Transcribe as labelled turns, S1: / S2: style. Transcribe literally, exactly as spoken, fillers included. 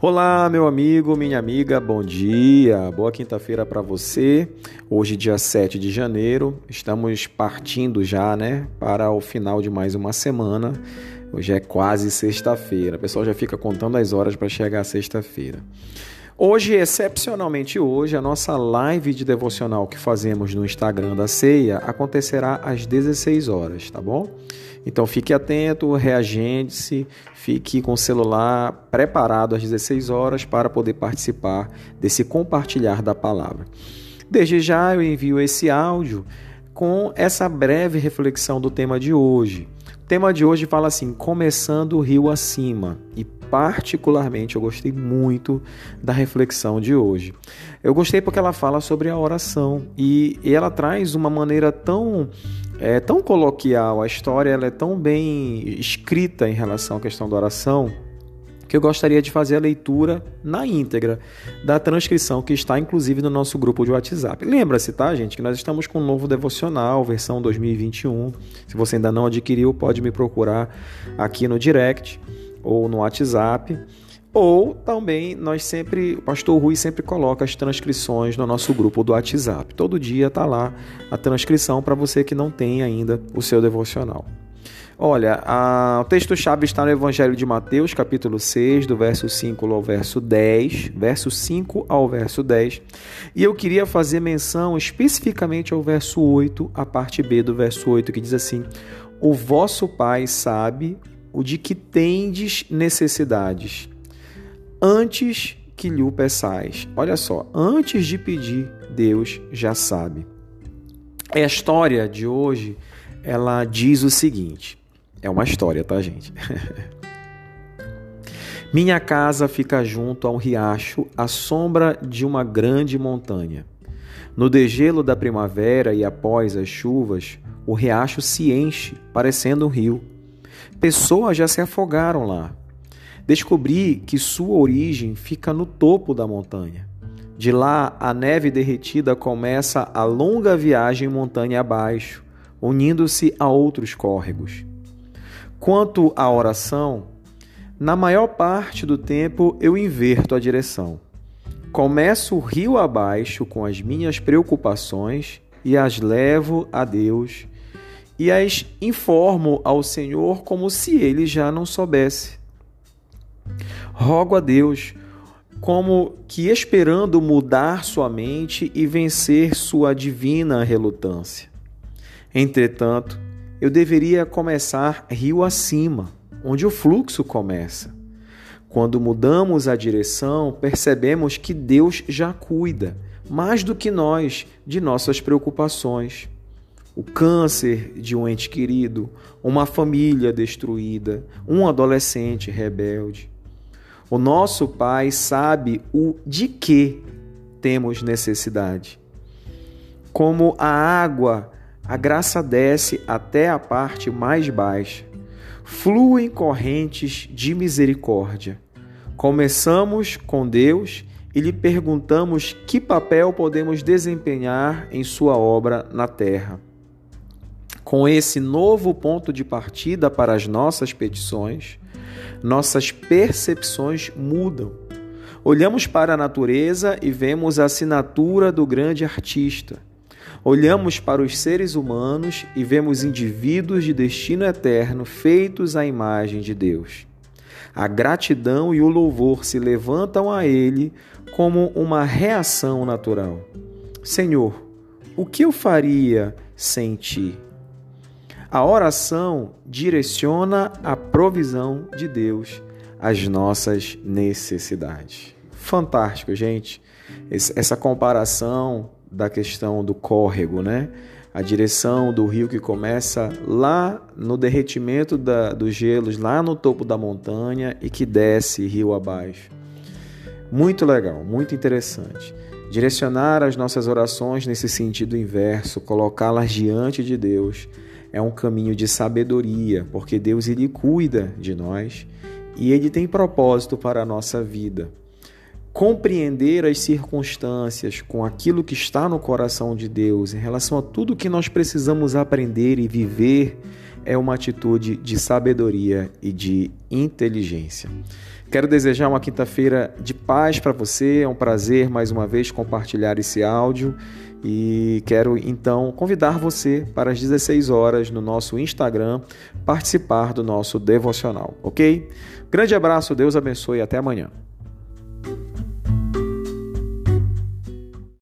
S1: Olá, meu amigo, minha amiga, bom dia, boa quinta-feira para você. Hoje, dia sete de janeiro, estamos partindo já, né, para o final de mais uma semana. Hoje é quase sexta-feira, o pessoal já fica contando as horas para chegar a sexta-feira. Hoje, excepcionalmente hoje, a nossa live de devocional que fazemos no Instagram da Ceia acontecerá às dezesseis horas, tá bom? Então fique atento, reagende-se, fique com o celular preparado às dezesseis horas para poder participar desse compartilhar da palavra. Desde já eu envio esse áudio com essa breve reflexão do tema de hoje. O tema de hoje fala assim, começando o rio acima, e particularmente eu gostei muito da reflexão de hoje. Eu gostei porque ela fala sobre a oração e, e ela traz uma maneira tão, é, tão coloquial, a história ela é tão bem escrita em relação à questão da oração, que eu gostaria de fazer a leitura na íntegra da transcrição que está inclusive no nosso grupo de WhatsApp. Lembra-se, tá, gente, que nós estamos com um novo devocional, versão dois mil e vinte e um. Se você ainda não adquiriu, pode me procurar aqui no direct ou no WhatsApp. Ou também nós sempre, o pastor Rui sempre coloca as transcrições no nosso grupo do WhatsApp. Todo dia está lá a transcrição para você que não tem ainda o seu devocional. Olha, a, o texto-chave está no Evangelho de Mateus, capítulo seis, do verso cinco ao verso dez, verso cinco ao verso dez, e eu queria fazer menção especificamente ao verso oito, a parte B do verso oito, que diz assim, o vosso Pai sabe o de que tendes necessidades, antes que lhe o peçais. Olha só, antes de pedir, Deus já sabe. A história de hoje, ela diz o seguinte, é uma história, tá, gente? Minha casa fica junto a um riacho, à sombra de uma grande montanha. No degelo da primavera e após as chuvas, o riacho se enche, parecendo um rio. Pessoas já se afogaram lá. Descobri que sua origem fica no topo da montanha. De lá, a neve derretida começa a longa viagem montanha abaixo, unindo-se a outros córregos. Quanto à oração, na maior parte do tempo eu inverto a direção. Começo rio abaixo com as minhas preocupações e as levo a Deus e as informo ao Senhor como se Ele já não soubesse. Rogo a Deus como que esperando mudar sua mente e vencer sua divina relutância. Entretanto, eu deveria começar rio acima, onde o fluxo começa. Quando mudamos a direção, percebemos que Deus já cuida, mais do que nós, de nossas preocupações. O câncer de um ente querido, uma família destruída, um adolescente rebelde. O nosso Pai sabe o de que temos necessidade. Como a água, a graça desce até a parte mais baixa. Fluem correntes de misericórdia. Começamos com Deus e lhe perguntamos que papel podemos desempenhar em sua obra na terra. Com esse novo ponto de partida para as nossas petições, nossas percepções mudam. Olhamos para a natureza e vemos a assinatura do grande artista. Olhamos para os seres humanos e vemos indivíduos de destino eterno feitos à imagem de Deus. A gratidão e o louvor se levantam a Ele como uma reação natural. Senhor, o que eu faria sem Ti? A oração direciona a provisão de Deus às nossas necessidades. Fantástico, gente. Essa comparação da questão do córrego, né? A direção do rio que começa lá no derretimento da, dos gelos, lá no topo da montanha e que desce rio abaixo. Muito legal, muito interessante. Direcionar as nossas orações nesse sentido inverso, colocá-las diante de Deus, é um caminho de sabedoria, porque Deus ele cuida de nós e Ele tem propósito para a nossa vida. Compreender as circunstâncias com aquilo que está no coração de Deus em relação a tudo que nós precisamos aprender e viver é uma atitude de sabedoria e de inteligência. Quero desejar uma quinta-feira de paz para você. É um prazer mais uma vez compartilhar esse áudio e quero então convidar você para as dezesseis horas no nosso Instagram participar do nosso devocional, ok? Grande abraço, Deus abençoe e até amanhã.